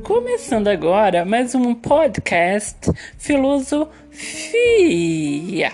Começando agora mais um podcast Filosofia.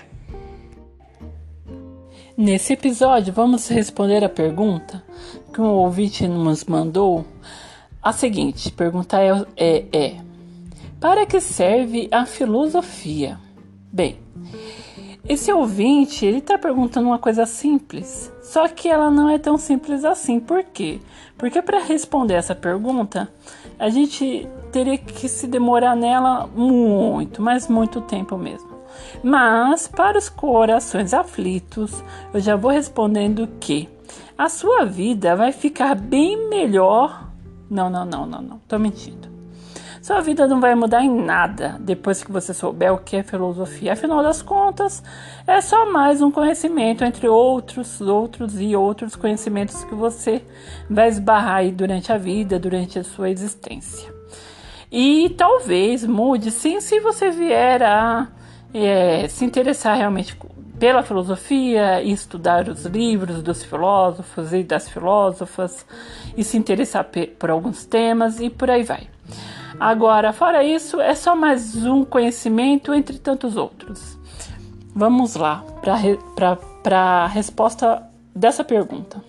Nesse episódio vamos responder a pergunta que um ouvinte nos mandou. A seguinte pergunta é: para que serve a filosofia? Bem, esse ouvinte, ele está perguntando uma coisa simples, só que ela não é tão simples assim. Por quê? Porque para responder essa pergunta, a gente teria que se demorar nela muito, mas muito tempo mesmo. Mas, para os corações aflitos, eu já vou respondendo que a sua vida vai ficar bem melhor. Não, tô mentindo. Sua vida não vai mudar em nada depois que você souber o que é filosofia. Afinal das contas, é só mais um conhecimento entre outros conhecimentos que você vai esbarrar aí durante a vida, durante a sua existência. E talvez mude, sim, se você vier a se interessar realmente pela filosofia e estudar os livros dos filósofos e das filósofas e se interessar por alguns temas e por aí vai. Agora, fora isso, é só mais um conhecimento entre tantos outros. Vamos lá para a resposta dessa pergunta.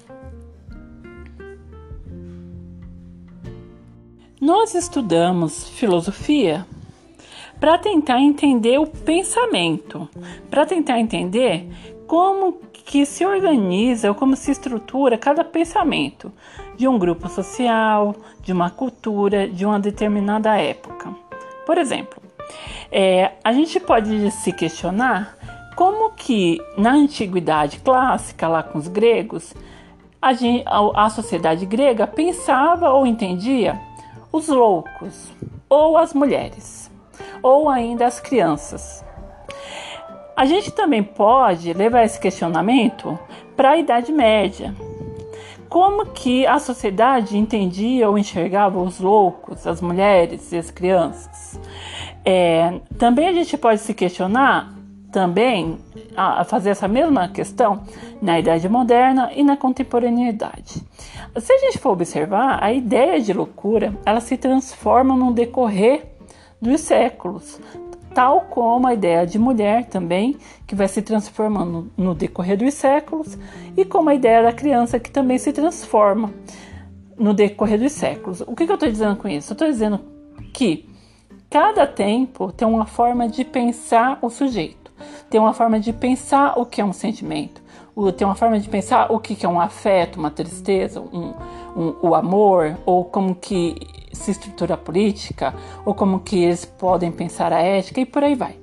Nós estudamos filosofia para tentar entender o pensamento, para tentar entender como que se organiza ou como se estrutura cada pensamento de um grupo social, de uma cultura, de uma determinada época. Por exemplo, a gente pode se questionar como que na antiguidade clássica, lá com os gregos, a sociedade grega pensava ou entendia os loucos, ou as mulheres, ou ainda as crianças. A gente também pode levar esse questionamento para a Idade Média. Como que a sociedade entendia ou enxergava os loucos, as mulheres e as crianças? Também a gente pode se questionar, a fazer essa mesma questão na Idade Moderna e na Contemporaneidade. Se a gente for observar, a ideia de loucura, ela se transforma no decorrer dos séculos, tal como a ideia de mulher também, que vai se transformando no decorrer dos séculos, e como a ideia da criança, que também se transforma no decorrer dos séculos. O que eu estou dizendo com isso? Eu estou dizendo que cada tempo tem uma forma de pensar o sujeito, tem uma forma de pensar o que é um sentimento, tem uma forma de pensar o que é um afeto, uma tristeza, o amor, ou como que se estrutura a política, ou como que eles podem pensar a ética, e por aí vai.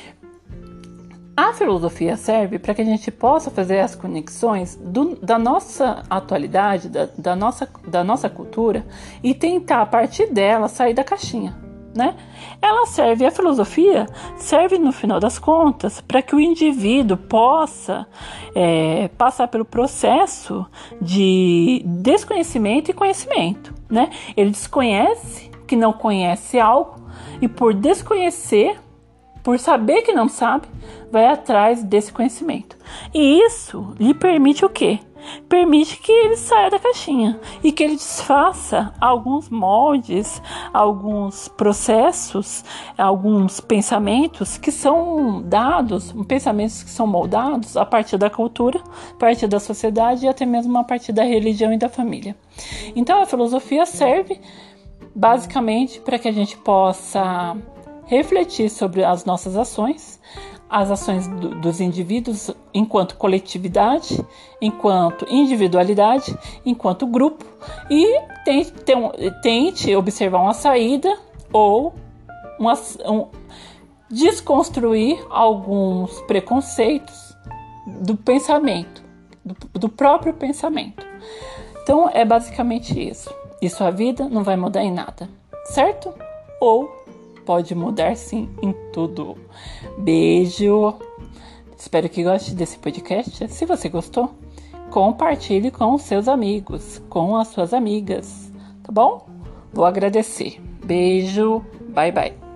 A filosofia serve para que a gente possa fazer as conexões da nossa atualidade, da nossa cultura, e tentar, a partir dela, sair da caixinha, né? A filosofia serve, no final das contas, para que o indivíduo possa passar pelo processo de desconhecimento e conhecimento, né? Ele desconhece que não conhece algo e, por desconhecer, por saber que não sabe, vai atrás desse conhecimento. E isso lhe permite o quê? Permite que ele saia da caixinha e que ele desfaça alguns moldes, alguns processos, alguns pensamentos que são dados, pensamentos que são moldados a partir da cultura, a partir da sociedade e até mesmo a partir da religião e da família. Então a filosofia serve basicamente para que a gente possa refletir sobre as nossas ações, as ações dos indivíduos enquanto coletividade, enquanto individualidade, enquanto grupo, e tente observar uma saída ou desconstruir alguns preconceitos do pensamento, do próprio pensamento. Então é basicamente isso. E sua vida não vai mudar em nada, certo? Ou pode mudar sim em tudo. Beijo. Espero que goste desse podcast. Se você gostou, compartilhe com os seus amigos, com as suas amigas, tá bom? Vou agradecer. Beijo. Bye, bye.